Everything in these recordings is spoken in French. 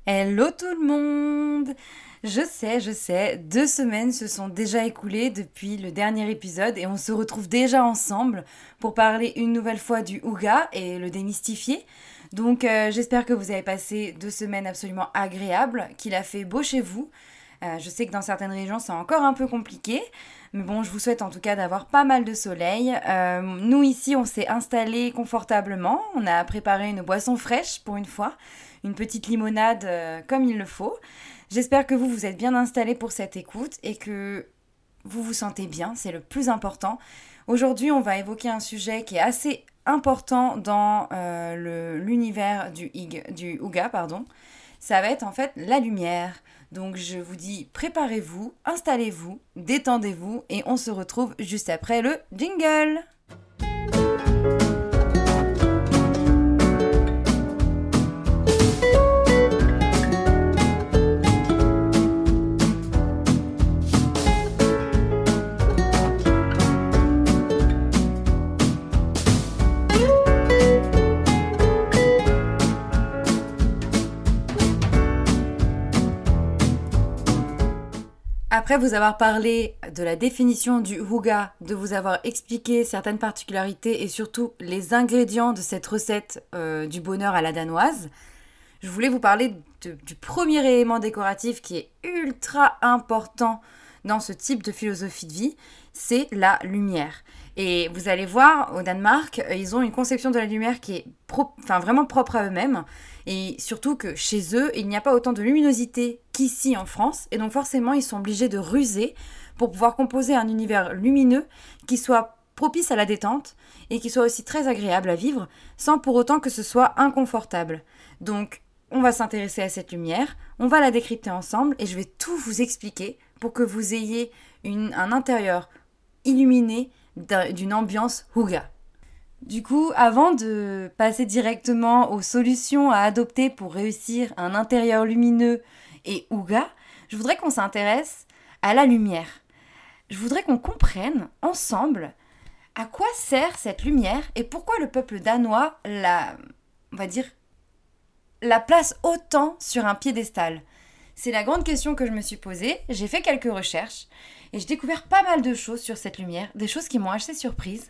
Hello tout le monde! Je sais, 2 semaines se sont déjà écoulées depuis le dernier épisode et on se retrouve déjà ensemble pour parler une nouvelle fois du Ouga et le démystifier. Donc j'espère que vous avez passé 2 semaines absolument agréables, qu'il a fait beau chez vous. Je sais que dans certaines régions c'est encore un peu compliqué, mais bon, je vous souhaite en tout cas d'avoir pas mal de soleil. Nous ici, on s'est installé confortablement, on a préparé une boisson fraîche pour une fois, une petite limonade comme il le faut. J'espère que vous êtes bien installés pour cette écoute et que vous vous sentez bien, c'est le plus important. Aujourd'hui, on va évoquer un sujet qui est assez important dans l'univers du Ouga, pardon. Ça va être en fait la lumière. Donc je vous dis préparez-vous, installez-vous, détendez-vous et on se retrouve juste après le jingle. Après vous avoir parlé de la définition du houga, de vous avoir expliqué certaines particularités et surtout les ingrédients de cette recette du bonheur à la danoise, je voulais vous parler du premier élément décoratif qui est ultra important dans ce type de philosophie de vie, c'est la lumière. Et vous allez voir, au Danemark, ils ont une conception de la lumière qui est vraiment propre à eux-mêmes. Et surtout que chez eux, il n'y a pas autant de luminosité qu'ici en France. Et donc forcément, ils sont obligés de ruser pour pouvoir composer un univers lumineux qui soit propice à la détente et qui soit aussi très agréable à vivre, sans pour autant que ce soit inconfortable. Donc, on va s'intéresser à cette lumière, on va la décrypter ensemble et je vais tout vous expliquer pour que vous ayez un intérieur illuminé d'une ambiance houga. Du coup, avant de passer directement aux solutions à adopter pour réussir un intérieur lumineux et houga, je voudrais qu'on s'intéresse à la lumière. Je voudrais qu'on comprenne ensemble à quoi sert cette lumière et pourquoi le peuple danois on va dire, la place autant sur un piédestal. C'est la grande question que je me suis posée, j'ai fait quelques recherches et j'ai découvert pas mal de choses sur cette lumière, des choses qui m'ont assez surprise.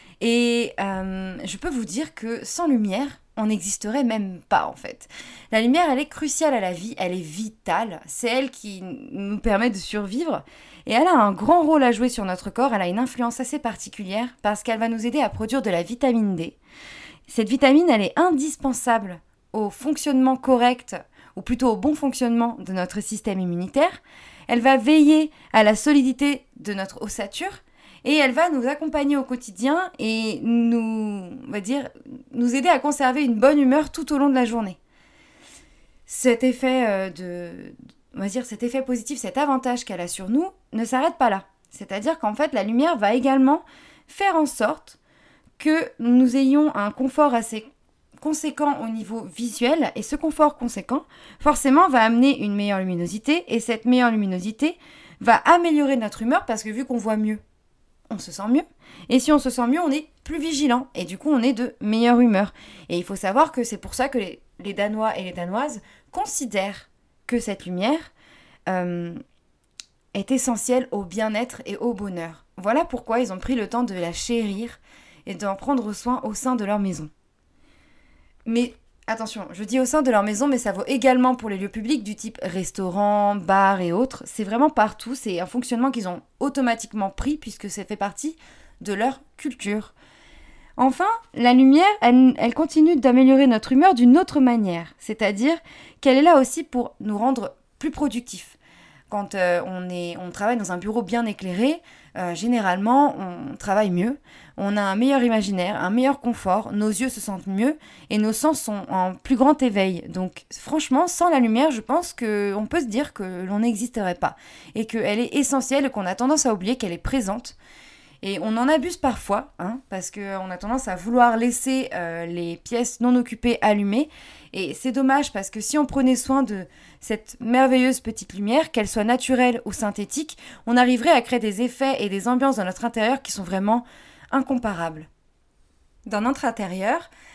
Et je peux vous dire que sans lumière, on n'existerait même pas en fait. La lumière, elle est cruciale à la vie, elle est vitale, c'est elle qui nous permet de survivre et elle a un grand rôle à jouer sur notre corps, elle a une influence assez particulière parce qu'elle va nous aider à produire de la vitamine D. Cette vitamine, elle est indispensable au fonctionnement correct, ou plutôt au bon fonctionnement de notre système immunitaire. Elle va veiller à la solidité de notre ossature et elle va nous accompagner au quotidien et nous aider à conserver une bonne humeur tout au long de la journée. Cet effet cet effet positif, cet avantage qu'elle a sur nous ne s'arrête pas là. C'est-à-dire qu'en fait, la lumière va également faire en sorte que nous ayons un confort assez conséquent au niveau visuel, et ce confort conséquent, forcément, va amener une meilleure luminosité, et cette meilleure luminosité va améliorer notre humeur, parce que vu qu'on voit mieux, on se sent mieux, et si on se sent mieux, on est plus vigilant, et du coup, on est de meilleure humeur. Et il faut savoir que c'est pour ça que les Danois et les Danoises considèrent que cette lumière est essentielle au bien-être et au bonheur. Voilà pourquoi ils ont pris le temps de la chérir et d'en prendre soin au sein de leur maison. Mais attention, je dis au sein de leur maison, mais ça vaut également pour les lieux publics du type restaurant, bar et autres. C'est vraiment partout, c'est un fonctionnement qu'ils ont automatiquement pris puisque ça fait partie de leur culture. Enfin, la lumière, elle continue d'améliorer notre humeur d'une autre manière, c'est-à-dire qu'elle est là aussi pour nous rendre plus productifs. Quand on travaille dans un bureau bien éclairé, généralement, on travaille mieux, on a un meilleur imaginaire, un meilleur confort, nos yeux se sentent mieux et nos sens sont en plus grand éveil. Donc franchement, sans la lumière, je pense qu'on peut se dire que l'on n'existerait pas et qu'elle est essentielle et qu'on a tendance à oublier qu'elle est présente. Et on en abuse parfois, parce qu'on a tendance à vouloir laisser les pièces non occupées allumées. Et c'est dommage parce que si on prenait soin de cette merveilleuse petite lumière, qu'elle soit naturelle ou synthétique, on arriverait à créer des effets et des ambiances dans notre intérieur qui sont vraiment incomparables. Dans notre intérieur,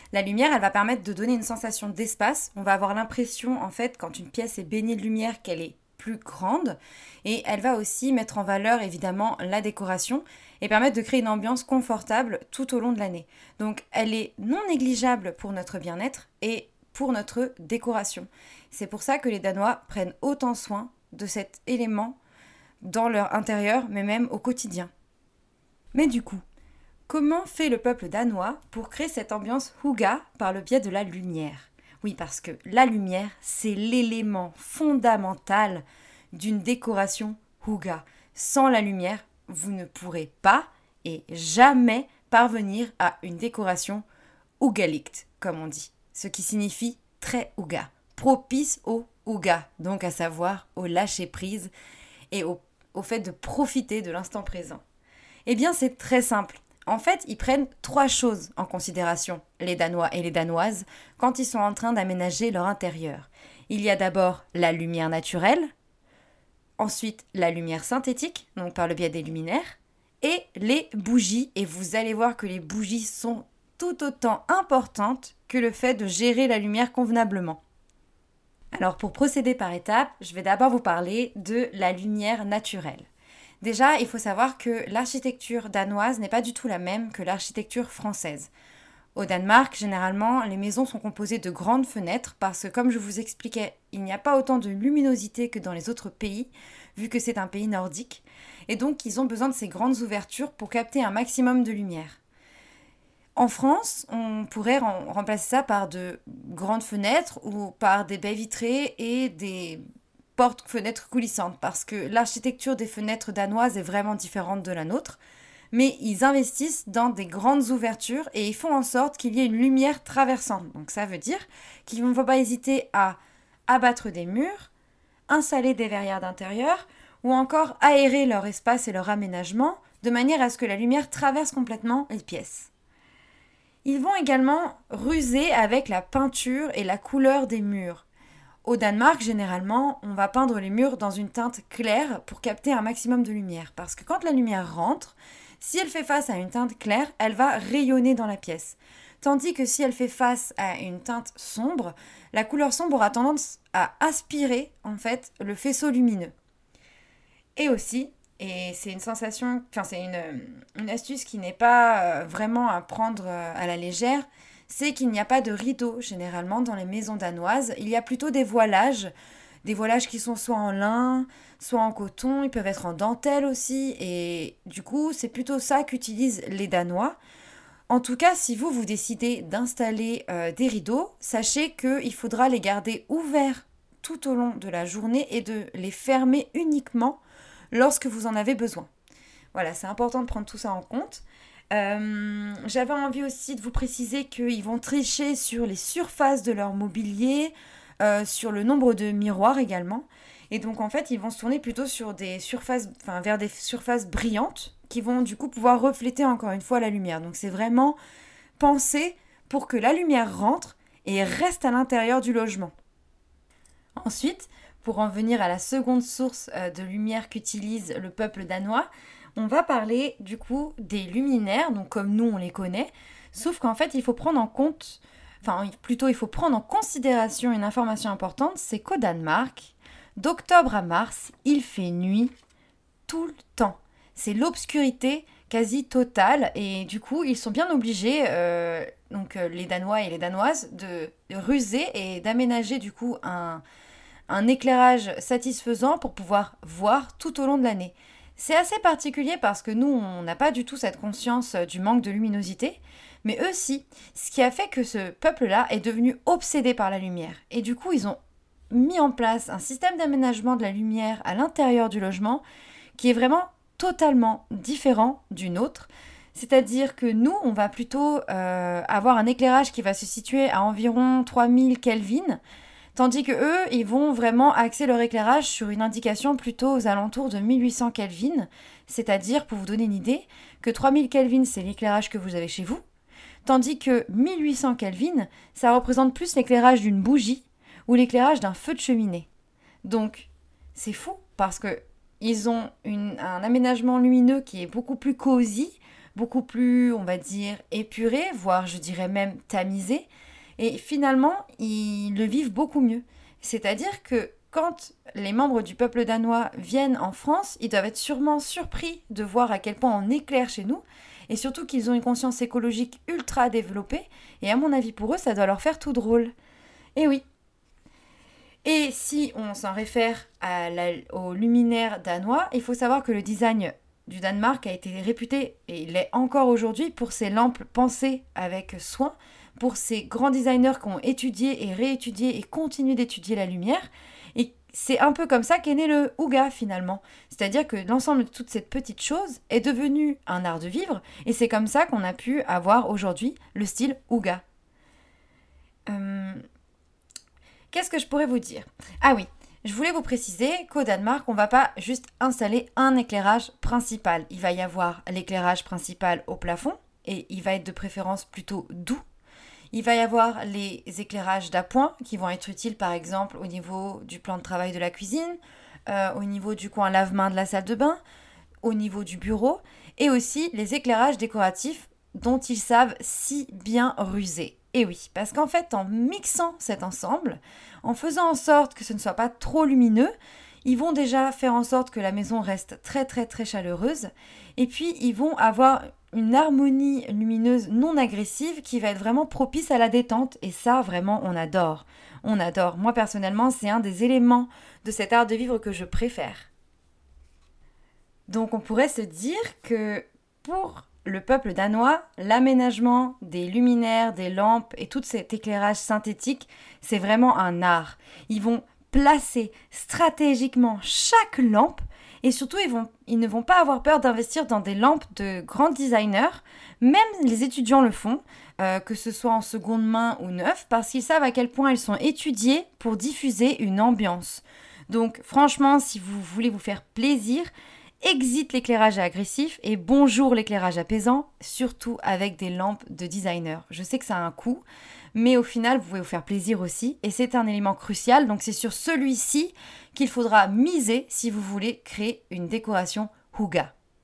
La lumière, elle va permettre de donner une sensation d'espace. On va avoir l'impression, en fait, quand une pièce est baignée de lumière, qu'elle est plus grande. Et elle va aussi mettre en valeur, évidemment, la décoration et permettre de créer une ambiance confortable tout au long de l'année. Donc, elle est non négligeable pour notre bien-être et pour notre décoration. C'est pour ça que les Danois prennent autant soin de cet élément dans leur intérieur, mais même au quotidien. Mais du coup, comment fait le peuple danois pour créer cette ambiance hygge par le biais de la lumière? Oui, parce que la lumière, c'est l'élément fondamental d'une décoration hygge. Sans la lumière, vous ne pourrez pas et jamais parvenir à une décoration hyggelikt, comme on dit, ce qui signifie très hygge, propice au hygge, donc à savoir au lâcher-prise et au fait de profiter de l'instant présent. Eh bien, c'est très simple. En fait, ils prennent 3 choses en considération, les Danois et les Danoises, quand ils sont en train d'aménager leur intérieur. Il y a d'abord la lumière naturelle, ensuite la lumière synthétique, donc par le biais des luminaires, et les bougies. Et vous allez voir que les bougies sont tout autant importantes que le fait de gérer la lumière convenablement. Alors pour procéder par étapes, je vais d'abord vous parler de la lumière naturelle. Déjà, il faut savoir que l'architecture danoise n'est pas du tout la même que l'architecture française. Au Danemark, généralement, les maisons sont composées de grandes fenêtres parce que, comme je vous expliquais, il n'y a pas autant de luminosité que dans les autres pays, vu que c'est un pays nordique. Et donc, ils ont besoin de ces grandes ouvertures pour capter un maximum de lumière. En France, on pourrait remplacer ça par de grandes fenêtres ou par des baies vitrées et des portes-fenêtres coulissantes parce que l'architecture des fenêtres danoises est vraiment différente de la nôtre. Mais ils investissent dans des grandes ouvertures et ils font en sorte qu'il y ait une lumière traversante. Donc ça veut dire qu'ils ne vont pas hésiter à abattre des murs, installer des verrières d'intérieur ou encore aérer leur espace et leur aménagement de manière à ce que la lumière traverse complètement les pièces. Ils vont également ruser avec la peinture et la couleur des murs. Au Danemark, généralement, on va peindre les murs dans une teinte claire pour capter un maximum de lumière. Parce que quand la lumière rentre, si elle fait face à une teinte claire, elle va rayonner dans la pièce. Tandis que si elle fait face à une teinte sombre, la couleur sombre aura tendance à aspirer en fait le faisceau lumineux. Et aussi, et c'est une sensation, c'est une astuce qui n'est pas vraiment à prendre à la légère, c'est qu'il n'y a pas de rideaux généralement dans les maisons danoises. Il y a plutôt des voilages qui sont soit en lin, soit en coton, ils peuvent être en dentelle aussi, et du coup c'est plutôt ça qu'utilisent les Danois. En tout cas, si vous décidez d'installer des rideaux, sachez qu'il faudra les garder ouverts tout au long de la journée et de les fermer uniquement lorsque vous en avez besoin. Voilà, c'est important de prendre tout ça en compte. J'avais envie aussi de vous préciser qu'ils vont tricher sur les surfaces de leur mobilier, sur le nombre de miroirs également. Et donc en fait, ils vont se tourner plutôt sur des surfaces, vers des surfaces brillantes qui vont du coup pouvoir refléter encore une fois la lumière. Donc c'est vraiment pensé pour que la lumière rentre et reste à l'intérieur du logement. Ensuite, pour en venir à la seconde source de lumière qu'utilise le peuple danois, on va parler du coup des luminaires, donc comme nous on les connaît, sauf qu'en fait il faut prendre en considération une information importante, c'est qu'au Danemark, d'octobre à mars, il fait nuit tout le temps. C'est l'obscurité quasi totale et du coup ils sont bien obligés, les Danois et les Danoises, de ruser et d'aménager du coup un éclairage satisfaisant pour pouvoir voir tout au long de l'année. C'est assez particulier parce que nous, on n'a pas du tout cette conscience du manque de luminosité, mais eux si, ce qui a fait que ce peuple-là est devenu obsédé par la lumière. Et du coup, ils ont mis en place un système d'aménagement de la lumière à l'intérieur du logement qui est vraiment totalement différent du nôtre. C'est-à-dire que nous, on va plutôt avoir un éclairage qui va se situer à environ 3000 Kelvin, tandis que eux, ils vont vraiment axer leur éclairage sur une indication plutôt aux alentours de 1800 Kelvin, c'est-à-dire, pour vous donner une idée, que 3000 Kelvin, c'est l'éclairage que vous avez chez vous, tandis que 1800 Kelvin, ça représente plus l'éclairage d'une bougie ou l'éclairage d'un feu de cheminée. Donc, c'est fou, parce que ils ont un aménagement lumineux qui est beaucoup plus cosy, beaucoup plus, on va dire, épuré, voire je dirais même tamisé. Et finalement, ils le vivent beaucoup mieux. C'est-à-dire que quand les membres du peuple danois viennent en France, ils doivent être sûrement surpris de voir à quel point on est clair chez nous, et surtout qu'ils ont une conscience écologique ultra développée, et à mon avis pour eux, ça doit leur faire tout drôle. Et oui. Et si on s'en réfère au luminaire danois, il faut savoir que le design du Danemark a été réputé, et il l'est encore aujourd'hui, pour ses lampes pensées avec soin, pour ces grands designers qui ont étudié et réétudié et continué d'étudier la lumière. Et c'est un peu comme ça qu'est né le Hygge finalement. C'est-à-dire que l'ensemble de toute cette petite chose est devenu un art de vivre, et c'est comme ça qu'on a pu avoir aujourd'hui le style Hygge. Qu'est-ce que je pourrais vous dire ? Ah oui, je voulais vous préciser qu'au Danemark, on ne va pas juste installer un éclairage principal. Il va y avoir l'éclairage principal au plafond, et il va être de préférence plutôt doux. Il va y avoir les éclairages d'appoint qui vont être utiles par exemple au niveau du plan de travail de la cuisine, au niveau du coin lave-main de la salle de bain, au niveau du bureau, et aussi les éclairages décoratifs dont ils savent si bien ruser. Et oui, parce qu'en fait, en mixant cet ensemble, en faisant en sorte que ce ne soit pas trop lumineux, ils vont déjà faire en sorte que la maison reste très très très chaleureuse, et puis ils vont avoir une harmonie lumineuse non agressive qui va être vraiment propice à la détente, et ça vraiment on adore. On adore. Moi personnellement, c'est un des éléments de cet art de vivre que je préfère. Donc on pourrait se dire que pour le peuple danois, l'aménagement des luminaires, des lampes et tout cet éclairage synthétique, c'est vraiment un art. Ils vont placer stratégiquement chaque lampe, et surtout ils ne vont pas avoir peur d'investir dans des lampes de grands designers. Même les étudiants le font, que ce soit en seconde main ou neuf, parce qu'ils savent à quel point elles sont étudiées pour diffuser une ambiance. Donc franchement, si vous voulez vous faire plaisir, exit l'éclairage agressif et bonjour l'éclairage apaisant, surtout avec des lampes de designer. Je sais que ça a un coût, mais au final, vous pouvez vous faire plaisir aussi, et c'est un élément crucial, donc c'est sur celui-ci qu'il faudra miser si vous voulez créer une décoration Hygge.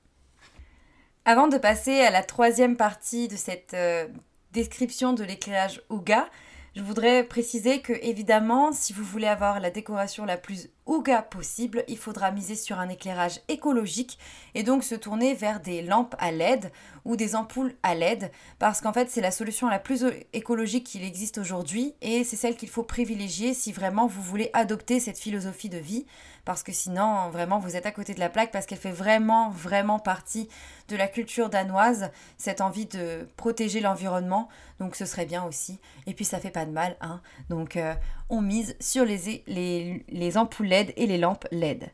Avant de passer à la troisième partie de cette description de l'éclairage Hygge, je voudrais préciser que, évidemment, si vous voulez avoir la décoration la plus Hygge possible, il faudra miser sur un éclairage écologique et donc se tourner vers des lampes à LED ou des ampoules à LED, parce qu'en fait, c'est la solution la plus écologique qu'il existe aujourd'hui, et c'est celle qu'il faut privilégier si vraiment vous voulez adopter cette philosophie de vie, parce que sinon, vraiment, vous êtes à côté de la plaque, parce qu'elle fait vraiment, vraiment partie de la culture danoise, cette envie de protéger l'environnement, donc ce serait bien aussi. Et puis ça fait pas de mal, hein. Donc on mise sur les ampoules LED et les lampes LED.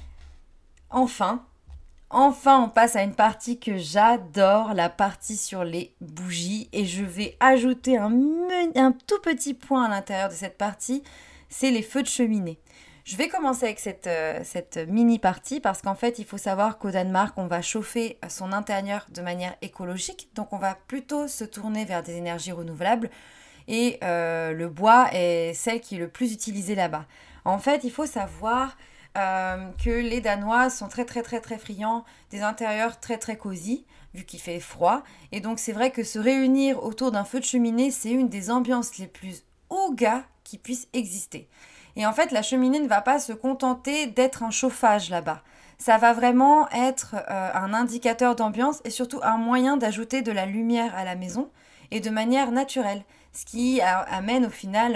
Enfin, on passe à une partie que j'adore, la partie sur les bougies, et je vais ajouter un tout petit point à l'intérieur de cette partie, c'est les feux de cheminée. Je vais commencer avec cette mini-partie parce qu'en fait, il faut savoir qu'au Danemark, on va chauffer son intérieur de manière écologique. Donc, on va plutôt se tourner vers des énergies renouvelables et le bois est celle qui est le plus utilisée là-bas. En fait, il faut savoir que les Danois sont très, très, très, très friands des intérieurs très, très cosy, vu qu'il fait froid. Et donc, c'est vrai que se réunir autour d'un feu de cheminée, c'est une des ambiances les plus Hygge qui puissent exister. Et en fait, la cheminée ne va pas se contenter d'être un chauffage là-bas. Ça va vraiment être un indicateur d'ambiance et surtout un moyen d'ajouter de la lumière à la maison et de manière naturelle. Ce qui amène au final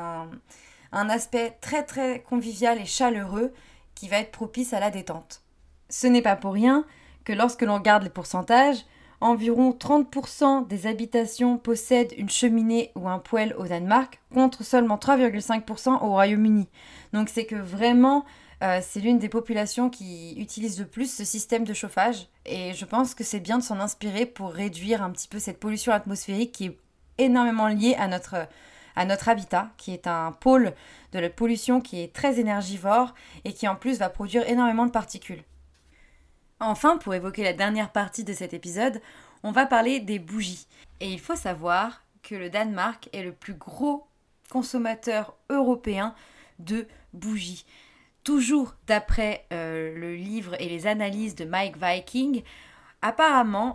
un aspect très très convivial et chaleureux qui va être propice à la détente. Ce n'est pas pour rien que lorsque l'on regarde les pourcentages, environ 30% des habitations possèdent une cheminée ou un poêle au Danemark, contre seulement 3,5% au Royaume-Uni. Donc c'est que vraiment, c'est l'une des populations qui utilise le plus ce système de chauffage. Et je pense que c'est bien de s'en inspirer pour réduire un petit peu cette pollution atmosphérique qui est énormément liée à notre habitat, qui est un pôle de la pollution qui est très énergivore et qui en plus va produire énormément de particules. Enfin, pour évoquer la dernière partie de cet épisode, on va parler des bougies. Et il faut savoir que le Danemark est le plus gros consommateur européen de bougies. Toujours d'après le livre et les analyses de Mike Viking, Apparemment,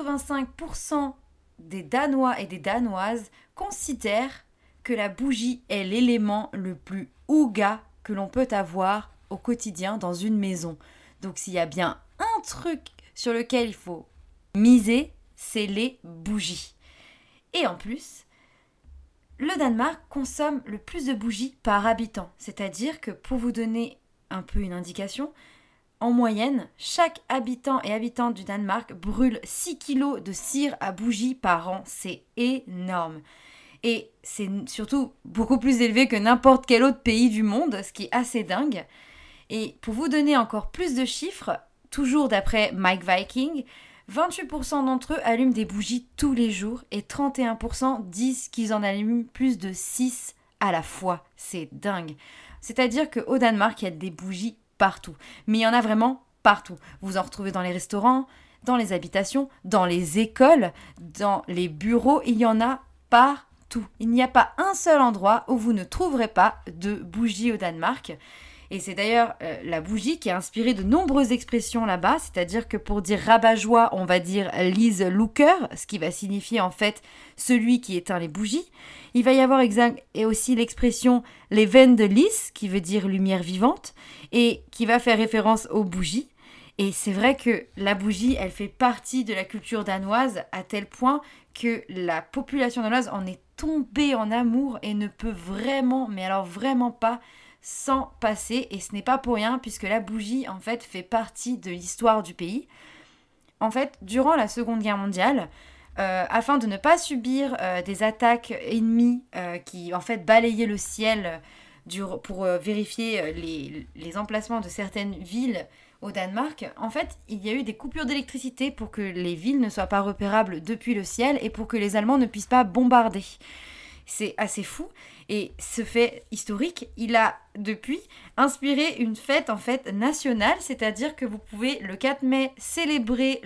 85% des Danois et des Danoises considèrent que la bougie est l'élément le plus houga que l'on peut avoir au quotidien dans une maison. Donc s'il y a bien un truc sur lequel il faut miser, c'est les bougies. Et en plus, le Danemark consomme le plus de bougies par habitant. C'est-à-dire que pour vous donner un peu une indication, en moyenne, chaque habitant et habitante du Danemark brûle 6 kilos de cire à bougie par an. C'est énorme. Et c'est surtout beaucoup plus élevé que n'importe quel autre pays du monde, ce qui est assez dingue. Et pour vous donner encore plus de chiffres, toujours d'après Mike Viking, 28% d'entre eux allument des bougies tous les jours et 31% disent qu'ils en allument plus de 6 à la fois. C'est dingue. C'est-à-dire qu'au Danemark, il y a des bougies partout. Mais il y en a vraiment partout. Vous en retrouvez dans les restaurants, dans les habitations, dans les écoles, dans les bureaux. Il y en a partout. Il n'y a pas un seul endroit où vous ne trouverez pas de bougies au Danemark. Et c'est d'ailleurs la bougie qui a inspiré de nombreuses expressions là-bas, c'est-à-dire que pour dire rabat-joie, on va dire Lise Looker, ce qui va signifier en fait celui qui éteint les bougies. Il va y avoir et aussi l'expression les veines de lys, qui veut dire lumière vivante, et qui va faire référence aux bougies. Et c'est vrai que la bougie, elle fait partie de la culture danoise à tel point que la population danoise en est tombée en amour et ne peut vraiment, mais alors vraiment pas, s'en passer. Et ce n'est pas pour rien puisque la bougie en fait fait partie de l'histoire du pays. En fait, durant la Seconde Guerre mondiale, afin de ne pas subir des attaques ennemies qui en fait balayaient le ciel pour vérifier les emplacements de certaines villes au Danemark, en fait, il y a eu des coupures d'électricité pour que les villes ne soient pas repérables depuis le ciel et pour que les Allemands ne puissent pas bombarder. C'est assez fou. Et ce fait historique, il a depuis inspiré une fête en fait nationale, c'est-à-dire que vous pouvez le 4 mai célébrer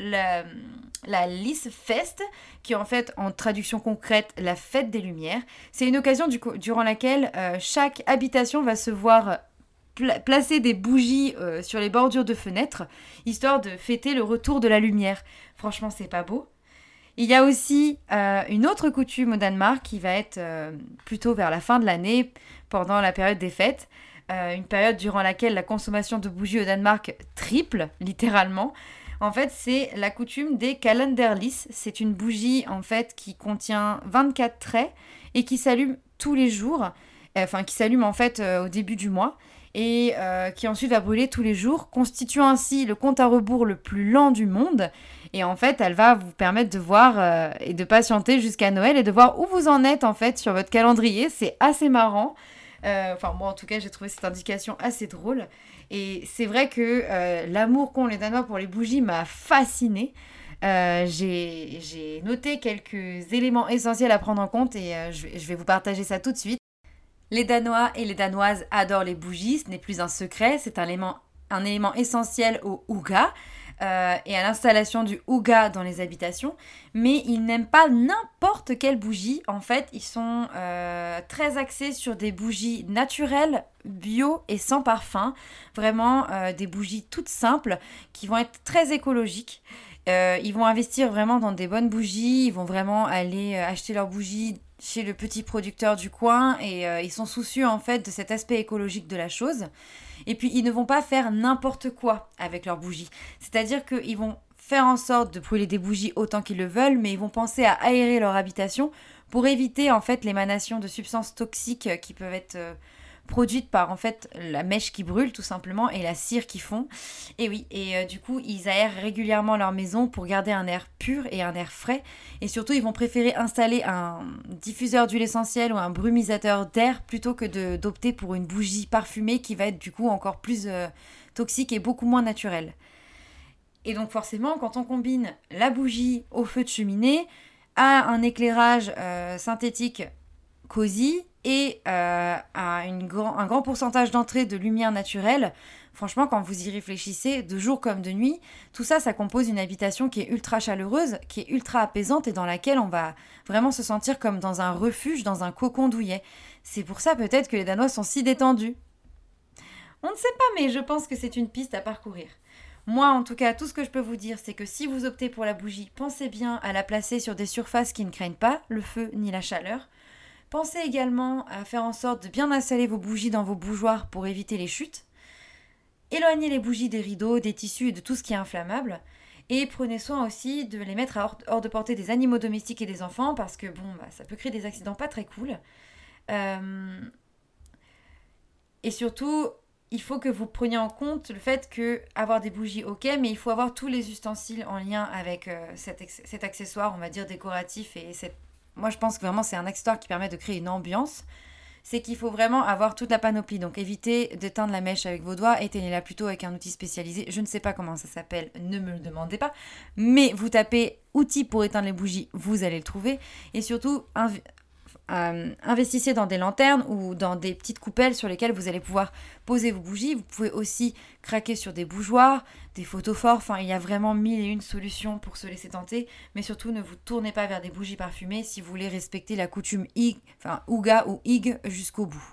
la Lysfest, qui est en fait en traduction concrète la fête des Lumières. C'est une occasion durant laquelle chaque habitation va se voir placer des bougies sur les bordures de fenêtres, histoire de fêter le retour de la lumière. Franchement, c'est pas beau. Il y a aussi une autre coutume au Danemark qui va être plutôt vers la fin de l'année, pendant la période des fêtes. Une période durant laquelle la consommation de bougies au Danemark triple, littéralement. En fait, c'est la coutume des kalenderlys. C'est une bougie en fait qui contient 24 traits et qui s'allume tous les jours. Enfin, qui s'allume en fait au début du mois. Et qui ensuite va brûler tous les jours, constituant ainsi le compte à rebours le plus lent du monde. Et en fait, elle va vous permettre de voir et de patienter jusqu'à Noël et de voir où vous en êtes en fait sur votre calendrier. C'est assez marrant. Enfin, moi en tout cas, j'ai trouvé cette indication assez drôle. Et c'est vrai que l'amour qu'ont les Danois pour les bougies m'a fascinée. J'ai noté quelques éléments essentiels à prendre en compte et je vais vous partager ça tout de suite. Les Danois et les Danoises adorent les bougies, ce n'est plus un secret, c'est un élément essentiel au hygge et à l'installation du hygge dans les habitations. Mais ils n'aiment pas n'importe quelle bougie. En fait, ils sont très axés sur des bougies naturelles, bio et sans parfum. Vraiment des bougies toutes simples qui vont être très écologiques. Ils vont investir vraiment dans des bonnes bougies, ils vont vraiment aller acheter leurs bougies chez le petit producteur du coin et ils sont soucieux en fait de cet aspect écologique de la chose. Et puis ils ne vont pas faire n'importe quoi avec leurs bougies. C'est-à-dire qu'ils vont faire en sorte de brûler des bougies autant qu'ils le veulent, mais ils vont penser à aérer leur habitation pour éviter en fait l'émanation de substances toxiques qui peuvent être produites par en fait la mèche qui brûle tout simplement et la cire qu'ils font. Et oui, et du coup ils aèrent régulièrement leur maison pour garder un air pur et un air frais. Et surtout ils vont préférer installer un diffuseur d'huile essentielle ou un brumisateur d'air plutôt que d'opter pour une bougie parfumée qui va être du coup encore plus toxique et beaucoup moins naturelle. Et donc forcément quand on combine la bougie au feu de cheminée à un éclairage synthétique cosy et à un grand pourcentage d'entrée de lumière naturelle, franchement, quand vous y réfléchissez, de jour comme de nuit, tout ça, ça compose une habitation qui est ultra chaleureuse, qui est ultra apaisante et dans laquelle on va vraiment se sentir comme dans un refuge, dans un cocon douillet. C'est pour ça peut-être que les Danois sont si détendus. On ne sait pas, mais je pense que c'est une piste à parcourir. Moi, en tout cas, tout ce que je peux vous dire, c'est que si vous optez pour la bougie, pensez bien à la placer sur des surfaces qui ne craignent pas le feu ni la chaleur. Pensez également à faire en sorte de bien installer vos bougies dans vos bougeoirs pour éviter les chutes. Éloignez les bougies des rideaux, des tissus et de tout ce qui est inflammable. Et prenez soin aussi de les mettre hors de portée des animaux domestiques et des enfants parce que ça peut créer des accidents pas très cool. Et surtout, il faut que vous preniez en compte le fait que avoir des bougies, ok, mais il faut avoir tous les ustensiles en lien avec cet accessoire, on va dire décoratif. Moi, je pense que vraiment c'est un accessoire qui permet de créer une ambiance. C'est qu'il faut vraiment avoir toute la panoplie. Donc évitez d'éteindre la mèche avec vos doigts, éteignez-la plutôt avec un outil spécialisé. Je ne sais pas comment ça s'appelle, ne me le demandez pas. Mais vous tapez outils pour éteindre les bougies, vous allez le trouver. Et surtout, investissez dans des lanternes ou dans des petites coupelles sur lesquelles vous allez pouvoir poser vos bougies. Vous pouvez aussi craquer sur des bougeoirs, des photophores. Enfin, il y a vraiment 1001 solutions pour se laisser tenter. Mais surtout, ne vous tournez pas vers des bougies parfumées si vous voulez respecter la coutume Hygge ou Hygge jusqu'au bout.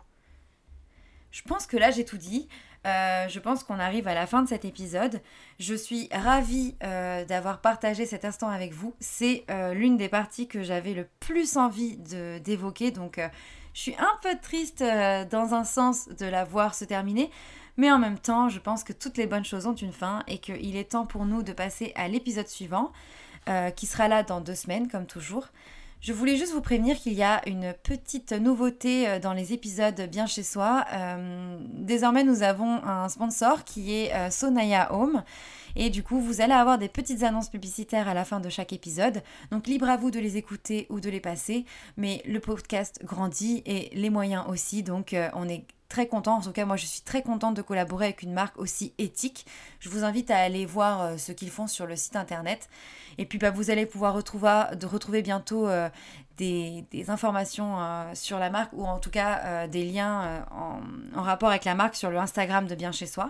Je pense que là, j'ai tout dit. Je pense qu'on arrive à la fin de cet épisode. Je suis ravie d'avoir partagé cet instant avec vous. C'est l'une des parties que j'avais le plus envie d'évoquer. Donc, je suis un peu triste dans un sens de la voir se terminer. Mais en même temps, je pense que toutes les bonnes choses ont une fin et qu'il est temps pour nous de passer à l'épisode suivant, qui sera là dans 2 semaines, comme toujours. Je voulais juste vous prévenir qu'il y a une petite nouveauté dans les épisodes Bien chez soi. Désormais, nous avons un sponsor qui est Sonaya Home. Et du coup, vous allez avoir des petites annonces publicitaires à la fin de chaque épisode. Donc, libre à vous de les écouter ou de les passer. Mais le podcast grandit et les moyens aussi. Donc, on est très content. En tout cas, moi, je suis très contente de collaborer avec une marque aussi éthique. Je vous invite à aller voir ce qu'ils font sur le site internet. Et puis, vous allez pouvoir retrouver bientôt des informations sur la marque ou en tout cas des liens en rapport avec la marque sur le Instagram de Bien chez soi.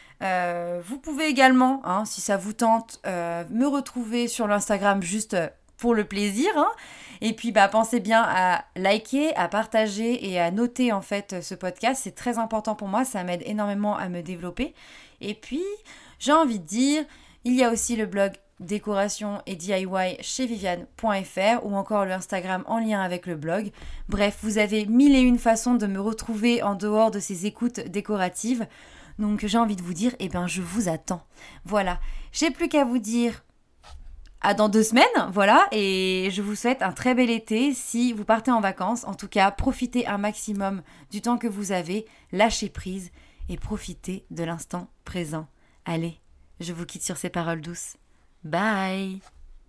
Vous pouvez également, si ça vous tente, me retrouver sur l'Instagram juste pour le plaisir. Et puis, pensez bien à liker, à partager et à noter en fait ce podcast. C'est très important pour moi, ça m'aide énormément à me développer. Et puis, j'ai envie de dire, il y a aussi le blog décoration et DIY chez Viviane.fr ou encore le Instagram en lien avec le blog. Bref, vous avez 1001 façons de me retrouver en dehors de ces écoutes décoratives. Donc j'ai envie de vous dire, je vous attends. Voilà, j'ai plus qu'à vous dire à dans 2 semaines, voilà, et je vous souhaite un très bel été si vous partez en vacances. En tout cas, profitez un maximum du temps que vous avez, lâchez prise et profitez de l'instant présent. Allez, je vous quitte sur ces paroles douces. Bye!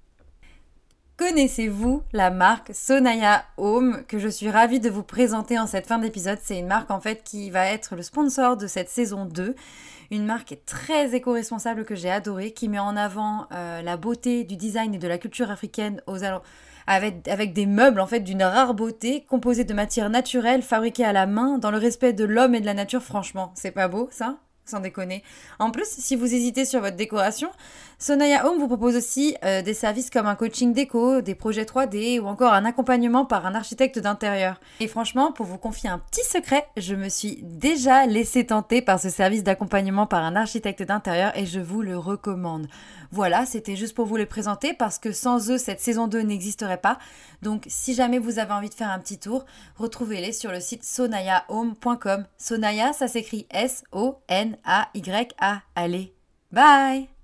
Connaissez-vous la marque Sonaya Home que je suis ravie de vous présenter en cette fin d'épisode? C'est une marque en fait qui va être le sponsor de cette saison 2. Une marque très éco-responsable que j'ai adorée, qui met en avant la beauté du design et de la culture africaine avec des meubles en fait d'une rare beauté, composés de matières naturelles, fabriquées à la main, dans le respect de l'homme et de la nature. Franchement, c'est pas beau ça? Sans déconner. En plus, si vous hésitez sur votre décoration, Sonaya Home vous propose aussi des services comme un coaching déco, des projets 3D ou encore un accompagnement par un architecte d'intérieur. Et franchement, pour vous confier un petit secret, je me suis déjà laissée tenter par ce service d'accompagnement par un architecte d'intérieur et je vous le recommande. Voilà, c'était juste pour vous les présenter parce que sans eux, cette saison 2 n'existerait pas. Donc, si jamais vous avez envie de faire un petit tour, retrouvez-les sur le site sonayahome.com. Sonaya, ça s'écrit S-O-N-A-Y-A. Allez, bye!